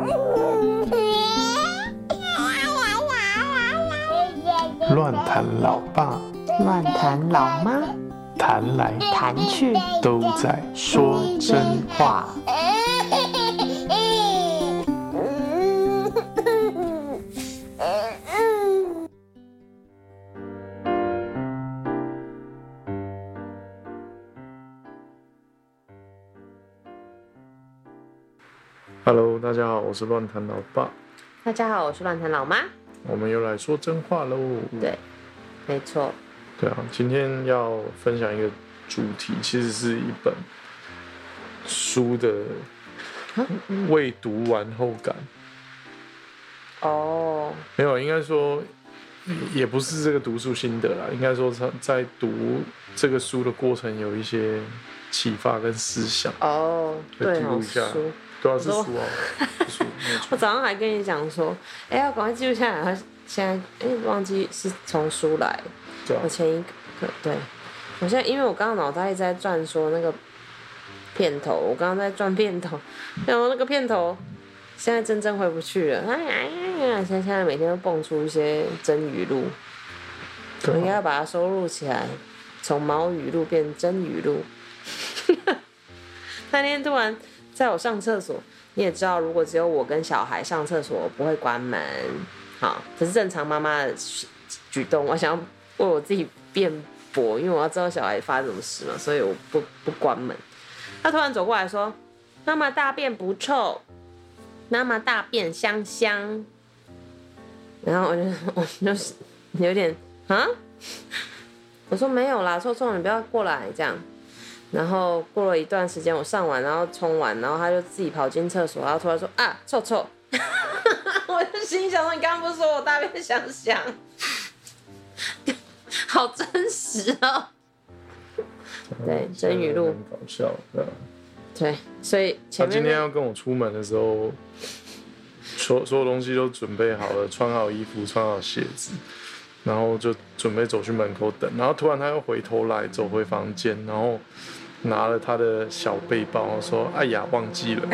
乱谈老爸， 乱谈老妈， 谈来谈去都在说真话。Hello， 大家好，我是乱谈老爸。 大家好，我是乱谈老妈。 我们又来说真话喽。 对，没错。 对啊，今天要分享一个主题，其实是一本书的未读完后感。 哦， 没有，应该说也不是这个读书心得啦，应该说在读这个书的过程有一些启发跟思想。 哦，对哦， 记录一下。 书。 对啊，是书哦，是书。 我早上还跟你讲说，要赶快记录下来。他现在忘记是从书来。 对啊。 我前一个对，我现在因为我刚刚脑袋一直在转说那个片头，我刚刚在转片头，然后那个片头现在真回不去了。现在每天都蹦出一些真语录，我应该要把它收录起来，从毛语录变真语录。那天突然在我上厕所，你也知道，如果只有我跟小孩上厕所，我不会关门，好，这是正常妈妈的举动。我想要为我自己辩驳，因为我要知道小孩发生什么事嘛，所以我不关门。他突然走过来说：“妈妈大便不臭，妈妈大便香香。”然后我就有点啊，我说没有啦，臭臭，你不要过来这样。然后过了一段时间，我上完，然后冲完，然后他就自己跑进厕所，然后突然说啊，臭臭。我就心想说，你刚刚不是说我大便香香？好真实哦。对，真语录。 很搞笑，对吧？ 对，所以前面他今天要跟我出门的时候，所有东西都准备好了，穿好衣服，穿好鞋子，然后就准备走去门口等。然后突然他又回头来，走回房间，然后拿了他的小背包，说：“哎呀，忘记了。”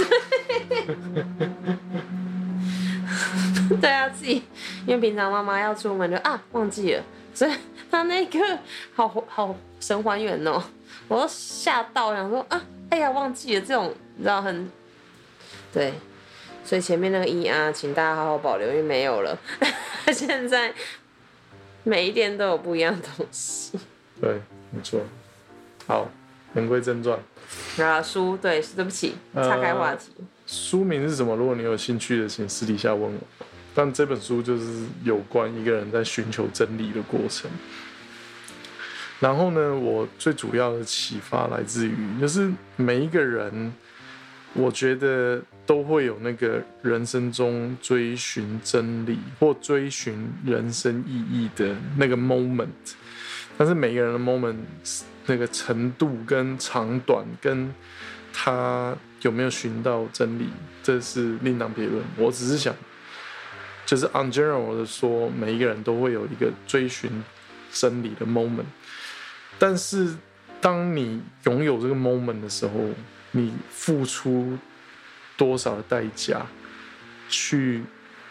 对啊，自己因为平常妈妈要出门就忘记了，所以他那个好神还原哦，我都吓到，想说哎呀忘记了，这种你知道很对，所以前面那个请大家好好保留，因为没有了。现在每一天都有不一样的东西。 对，没错。好，言归正传。 书对不起，岔开话题。 书名是什么？如果你有兴趣的，请私底下问我。但这本书就是有关一个人在寻求真理的过程。然后呢，我最主要的启发来自于，就是每一个人，我觉得都会有那个人生中追寻真理或追寻人生意义的那个 moment。但是每个人的 moment 那个程度跟长短跟他有没有寻到真理，这是另当别论。我只是想，就是 on general 的说，每一个人都会有一个追寻真理的 moment。但是当你拥有这个 moment 的时候，你付出多少的代价去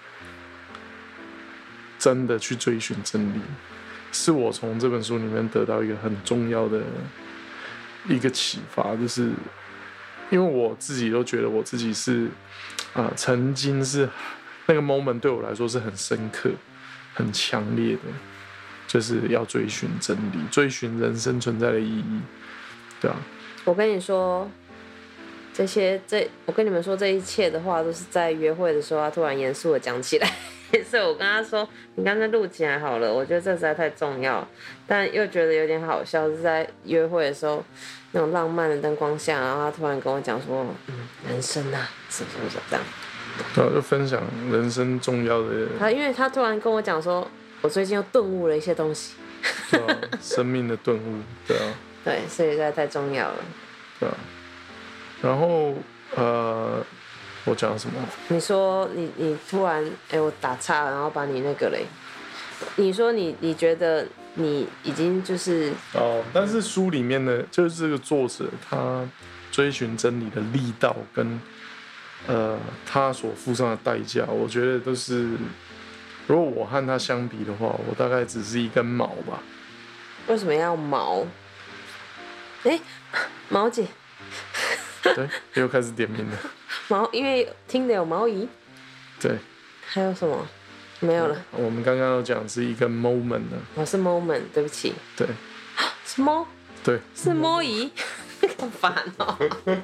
真的去追寻真理，是我从这本书里面得到一个很重要的一个启发，就是因为我自己都觉得我自己是曾经是那个 moment 对我来说是很深刻、很强烈的，就是要追寻真理，追寻人生存在的意义，对啊。 我跟你说，我跟你们说这一切的话，都是在约会的时候，他突然严肃的讲起来。所以我跟他说：“你刚才录起来好了，我觉得这实在太重要了。”但又觉得有点好笑，是在约会的时候那种浪漫的灯光下，然后他突然跟我讲说：“人生啊，什么这样。” 对啊，就分享人生重要的。 因为他突然跟我讲说，我最近又顿悟了一些东西。 对啊，生命的顿悟，对啊。 对，所以实在太重要了。 对啊。然后我讲什么？ 你说你突然我打岔了，然后把你那个嘞，你说你觉得你已经就是但是书里面呢，就是这个作者他追寻真理的力道跟他所付上的代价，我觉得都是，如果我和他相比的话，我大概只是一根毛吧。 为什么要毛？哎，毛姐， 对，又开始点名了。 毛，因为听的有毛姨。 对， 还有什么？没有了。 我们刚刚有讲是一个 moment 呢。 我是 moment， 对不起。 对。 是猫？ 对。 是猫姨。好烦哦。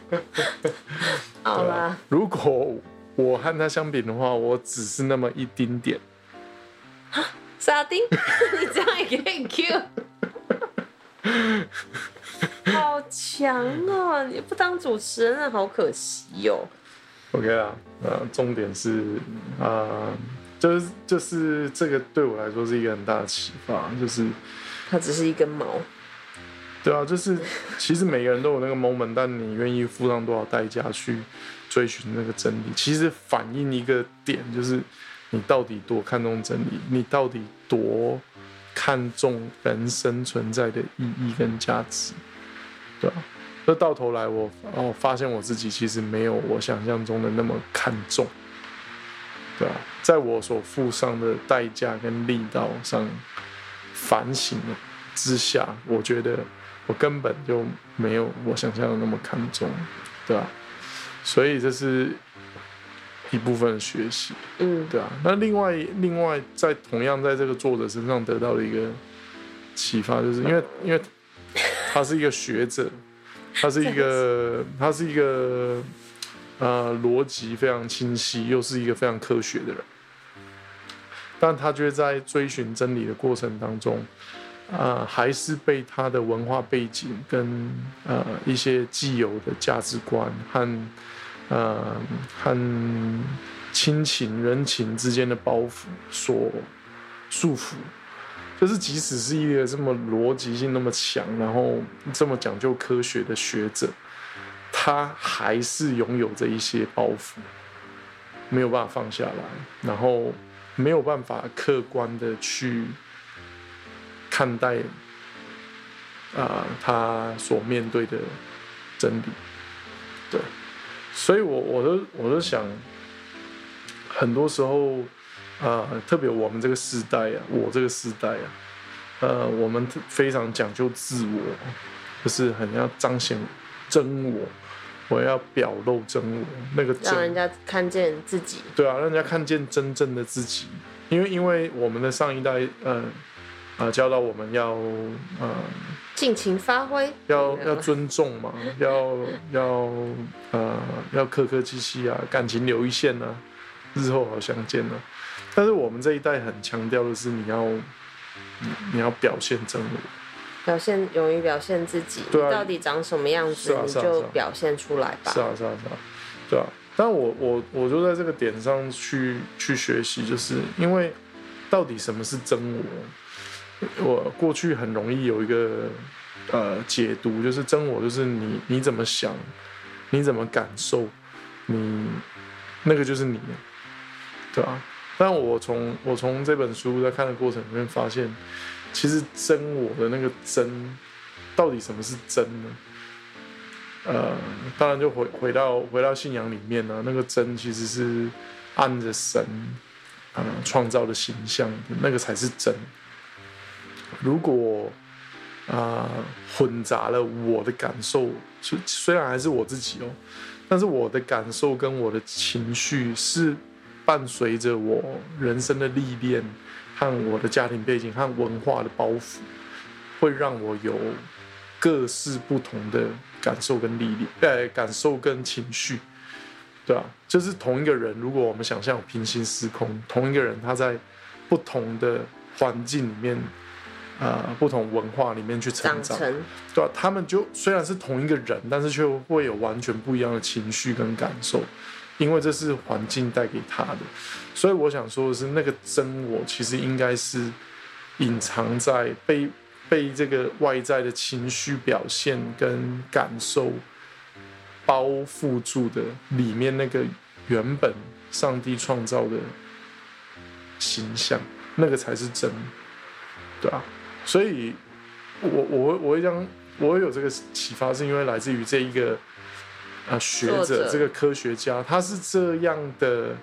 好啦。 如果我和他相比的话，我只是那么一丁点。 沙丁，你这样也可以 Q。好强哦！你不当主持人，好可惜哦。 OK 啦，重点是就是这个对我来说是一个很大的启发，就是它只是一根毛。 对啊，就是其实每个人都有那个 moment， 但你愿意付上多少代价去追寻那个真理，其实反映一个点，就是你到底多看重真理，你到底多看重人生存在的意义跟价值，对啊。那到头来我发现我自己其实没有我想象中的那么看重，对啊，在我所付上的代价跟力道上反省之下，我觉得我根本就没有我想象的那么看重，对啊，所以这是一部分的学习，对啊。那另外在同样在这个作者身上得到的一个启发，就是因为他是一个学者。他是一个逻辑非常清晰，又是一个非常科学的人，但他却在追寻真理的过程当中，还是被他的文化背景跟一些既有的价值观和亲情人情之间的包袱所束缚。就是即使是一个这么逻辑性那么强，然后这么讲究科学的学者，他还是拥有着一些包袱，没有办法放下来，然后没有办法客观的去看待他所面对的真理。对，所以我都想，很多时候。特别我们这个时代啊，我这个时代啊，我们非常讲究自我，就是很要彰显真我要表露真我，那个真让人家看见自己。 对啊，让人家看见真正的自己，因为我们的上一代教导我们要尽情发挥， 要尊重嘛，要客客气气啊，感情留一线啊，日后好相见啊。但是我们这一代很强调的是你要表现真我， 勇于表现自己，你到底长什么样子，你就表现出来吧。 是啊，对啊。但我就在这个点上去学习，就是因为到底什么是真我过去很容易有一个解读，就是真我就是你怎么想，你怎么感受，那个就是你，对吧？但我从这本书在看的过程里面发现，其实真我的那个真，到底什么是真呢？当然就回到信仰里面呢，那个真其实是按着神创造的形象的，那个才是真。如果混杂了我的感受，虽然还是我自己哦，但是我的感受跟我的情绪是伴随着我人生的历练和我的家庭背景和文化的包袱，会让我有各式不同的感受跟感受跟情绪，对啊，就是同一个人，如果我们想象有平行时空，同一个人他在不同的环境里面，不同文化里面去成长，对啊，他们就虽然是同一个人，但是却会有完全不一样的情绪跟感受。因为这是环境带给他的，所以我想说的是，那个真我其实应该是隐藏在被这个外在的情绪表现跟感受包覆住的里面那个原本上帝创造的形象，那个才是真，对啊。所以我会有这个启发，是因为来自于这一个学者这个科学家，他是这样的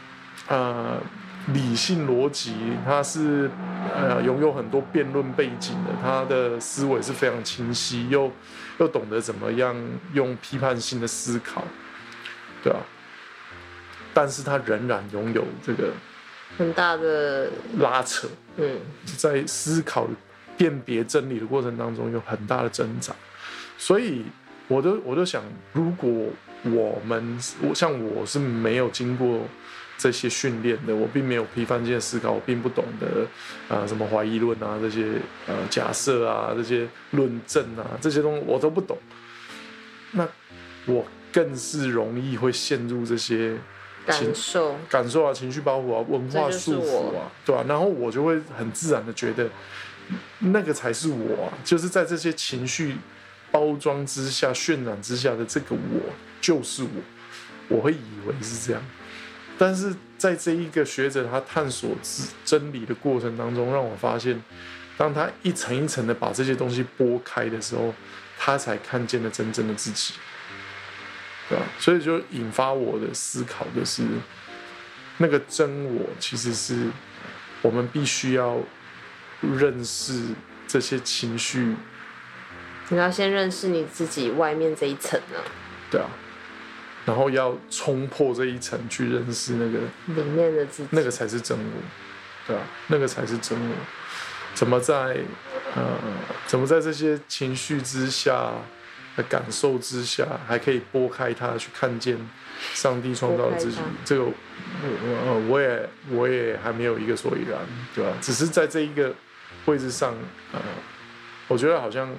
理性逻辑，他是拥有很多辩论背景的，他的思维是非常清晰，又懂得怎么样用批判性的思考，对啊，但是他仍然拥有这个很大的拉扯，在思考辨别真理的过程当中有很大的挣扎，所以我就想，如果像我是没有经过这些训练的，我并没有批判性的思考，我并不懂得什么怀疑论啊，这些假设啊，这些论证啊，这些东西我都不懂，那我更是容易会陷入这些感受啊、情绪包袱啊、文化束缚啊，对吧？然后我就会很自然的觉得，那个才是我啊，就是在这些情绪包装之下、渲染之下的这个我，就是我会以为是这样。但是在这一个学者他探索真理的过程当中，让我发现，当他一层一层的把这些东西剥开的时候，他才看见了真正的自己，对吧？所以就引发我的思考，就是那个真我其实是我们必须要认识这些情绪， 你要先认识你自己外面这一层啊， 对啊。然后要冲破这一层去认识那个里面的自己， 那个才是真我，对啊，那个才是真我。怎么在这些情绪之下的感受之下，还可以拨开它去看见上帝创造的自己？这个我也还没有一个所以然，对吧？只是在这一个位置上，我觉得好像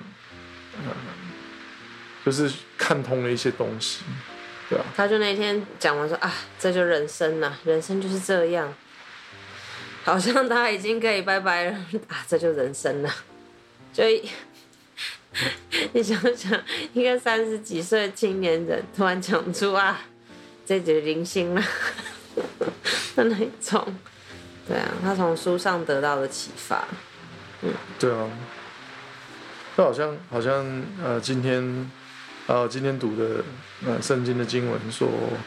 就是看通了一些东西。对啊， 他就那天讲完说啊，这就人生啊，人生就是这样，好像他已经可以拜拜了啊，这就人生了。所以你想想，一个30几岁的青年人突然讲出啊，这就零星了的那一种，对啊，他从书上得到的启发， 对啊，那好像今天读的圣经的经文说，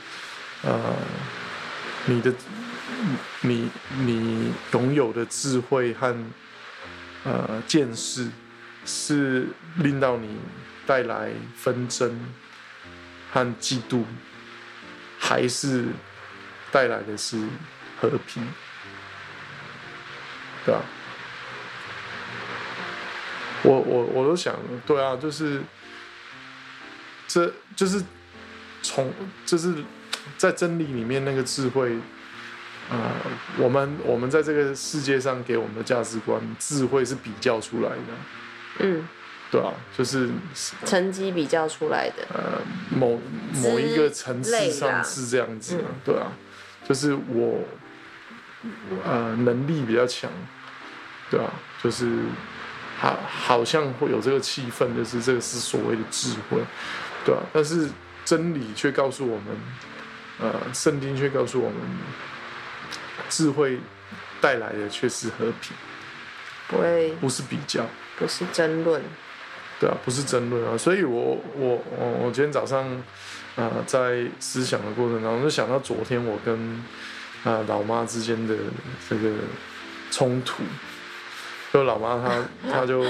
你拥有的智慧和见识，是令到你带来纷争和嫉妒，还是带来的是和平？对啊，我都想，对啊，就是就是在真理里面那个智慧，我们在这个世界上给我们的价值观，智慧是比较出来的，对啊，就是成绩比较出来的， 某一个层次上是这样子，对啊，就是我能力比较强，对啊，就是好像会有这个气氛，就是这个是所谓的智慧。对啊，但是真理却告诉我们，圣经却告诉我们，智慧带来的却是和平，不是比较， 不是争论， 对啊，不是争论啊。所以我今天早上在思想的过程当中，就想到昨天我跟老妈之间的这个冲突，就老妈她就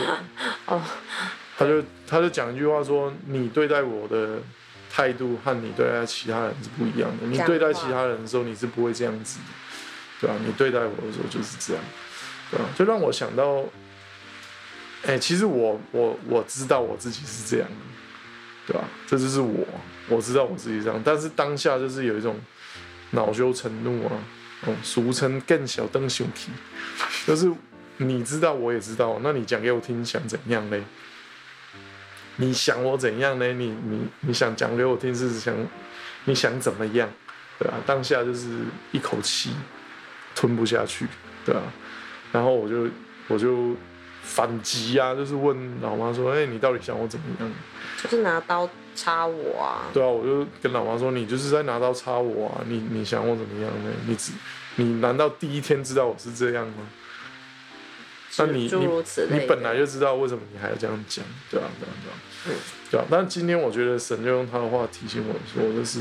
他就讲一句话说：“你对待我的态度和你对待其他人是不一样的。你对待其他人的时候，你是不会这样子的，对吧？你对待我的时候就是这样，对吧？就让我想到，其实我知道我自己是这样的，对吧？这就是我知道我自己这样，但是当下就是有一种恼羞成怒啊，俗称更小灯熊皮，就是你知道我也知道，那你讲给我听，想怎样嘞？”你想我怎样呢？你想讲给我听是你想怎么样，对吧？当下就是一口气吞不下去，对吧？然后我就反击啊，就是问老妈说：“你到底想我怎么样？” 就是拿刀插我啊！ 对啊，我就跟老妈说：“你就是在拿刀插我啊！你想我怎么样呢？你难道第一天知道我是这样吗？” 那你诸如此类的你本来就知道为什么你还要这样讲，对啊。对啊。但今天我觉得神就用他的话提醒我说，就是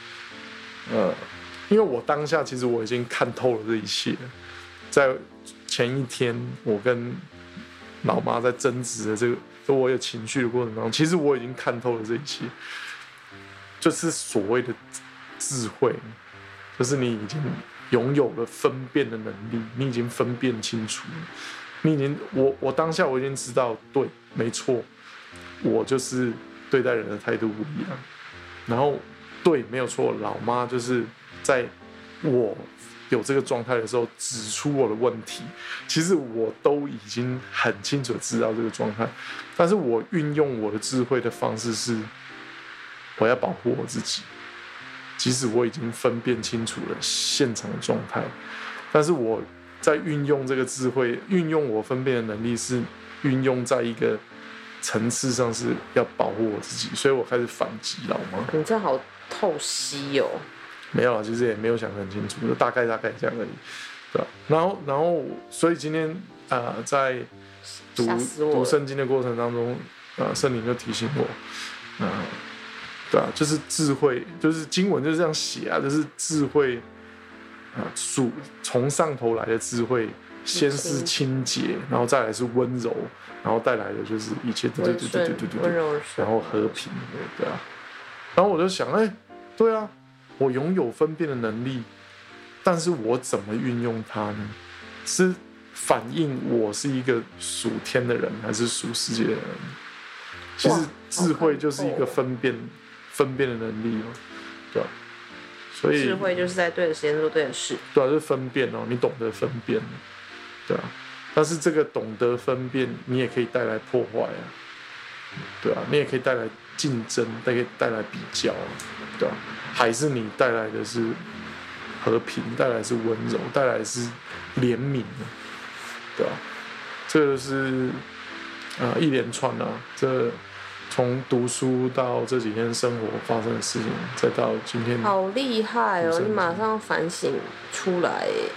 因为我当下其实我已经看透了这一切，在前一天我跟老妈在争执的这个，就我有情绪的过程当中，其实我已经看透了这一切，就是所谓的智慧，就是你已经拥有了分辨的能力，你已经分辨清楚了，你已经我当下我已经知道，对，没错，我就是对待人的态度不一样，然后对，没有错，老妈就是在我有这个状态的时候指出我的问题，其实我都已经很清楚知道这个状态，但是我运用我的智慧的方式是，我要保护我自己，即使我已经分辨清楚了现场的状态，但是我在运用这个智慧，运用我分辨的能力是运用在一个层次上是要保护我自己，所以我开始反击老妈。 你这好透析哦。 没有啊，其实也没有想得很清楚，就大概这样而已，对吧？然后，所以今天在读圣经的过程当中，圣灵就提醒我，对啊，就是智慧，就是经文就是这样写啊，就是智慧从上头来的智慧，先是清洁，然后再来是温柔，然后带来的就是一切对， 温柔， 然后和平，对啊。然后我就想，对啊。我拥有分辨的能力，但是我怎么运用它呢？是反映我是一个属天的人，还是属世界的人？其实智慧就是一个分辨的能力嘛，对吧？所以智慧就是在对的时间做对的事， 对啊，就是分辨哦，你懂得分辨，对啊。但是这个懂得分辨，你也可以带来破坏啊，对啊，你也可以带来竞争，可以带来比较，对吧？还是你带来的是和平，带来的是温柔，带来的是怜悯，对吧？这个是一连串啊，这从读书到这几天生活发生的事情，再到今天， 好厉害哦！你马上反省出来耶。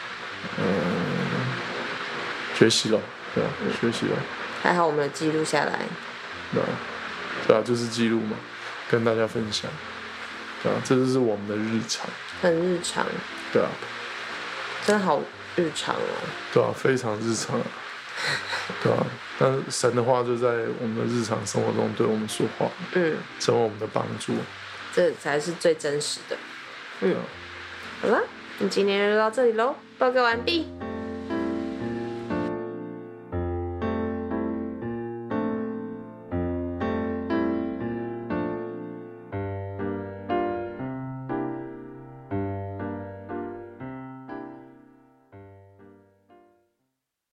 学习了，对啊，学习了。 还好我们有记录下来。 对啊，就是记录嘛，跟大家分享。对啊，这就是我们的日常， 很日常。 对啊， 真的好日常哦。 对啊，非常日常啊。对啊，但是神的话就在我们的日常生活中对我们说话，成为我们的帮助， 这才是最真实的。好了，那今天就到这里喽，报告完毕。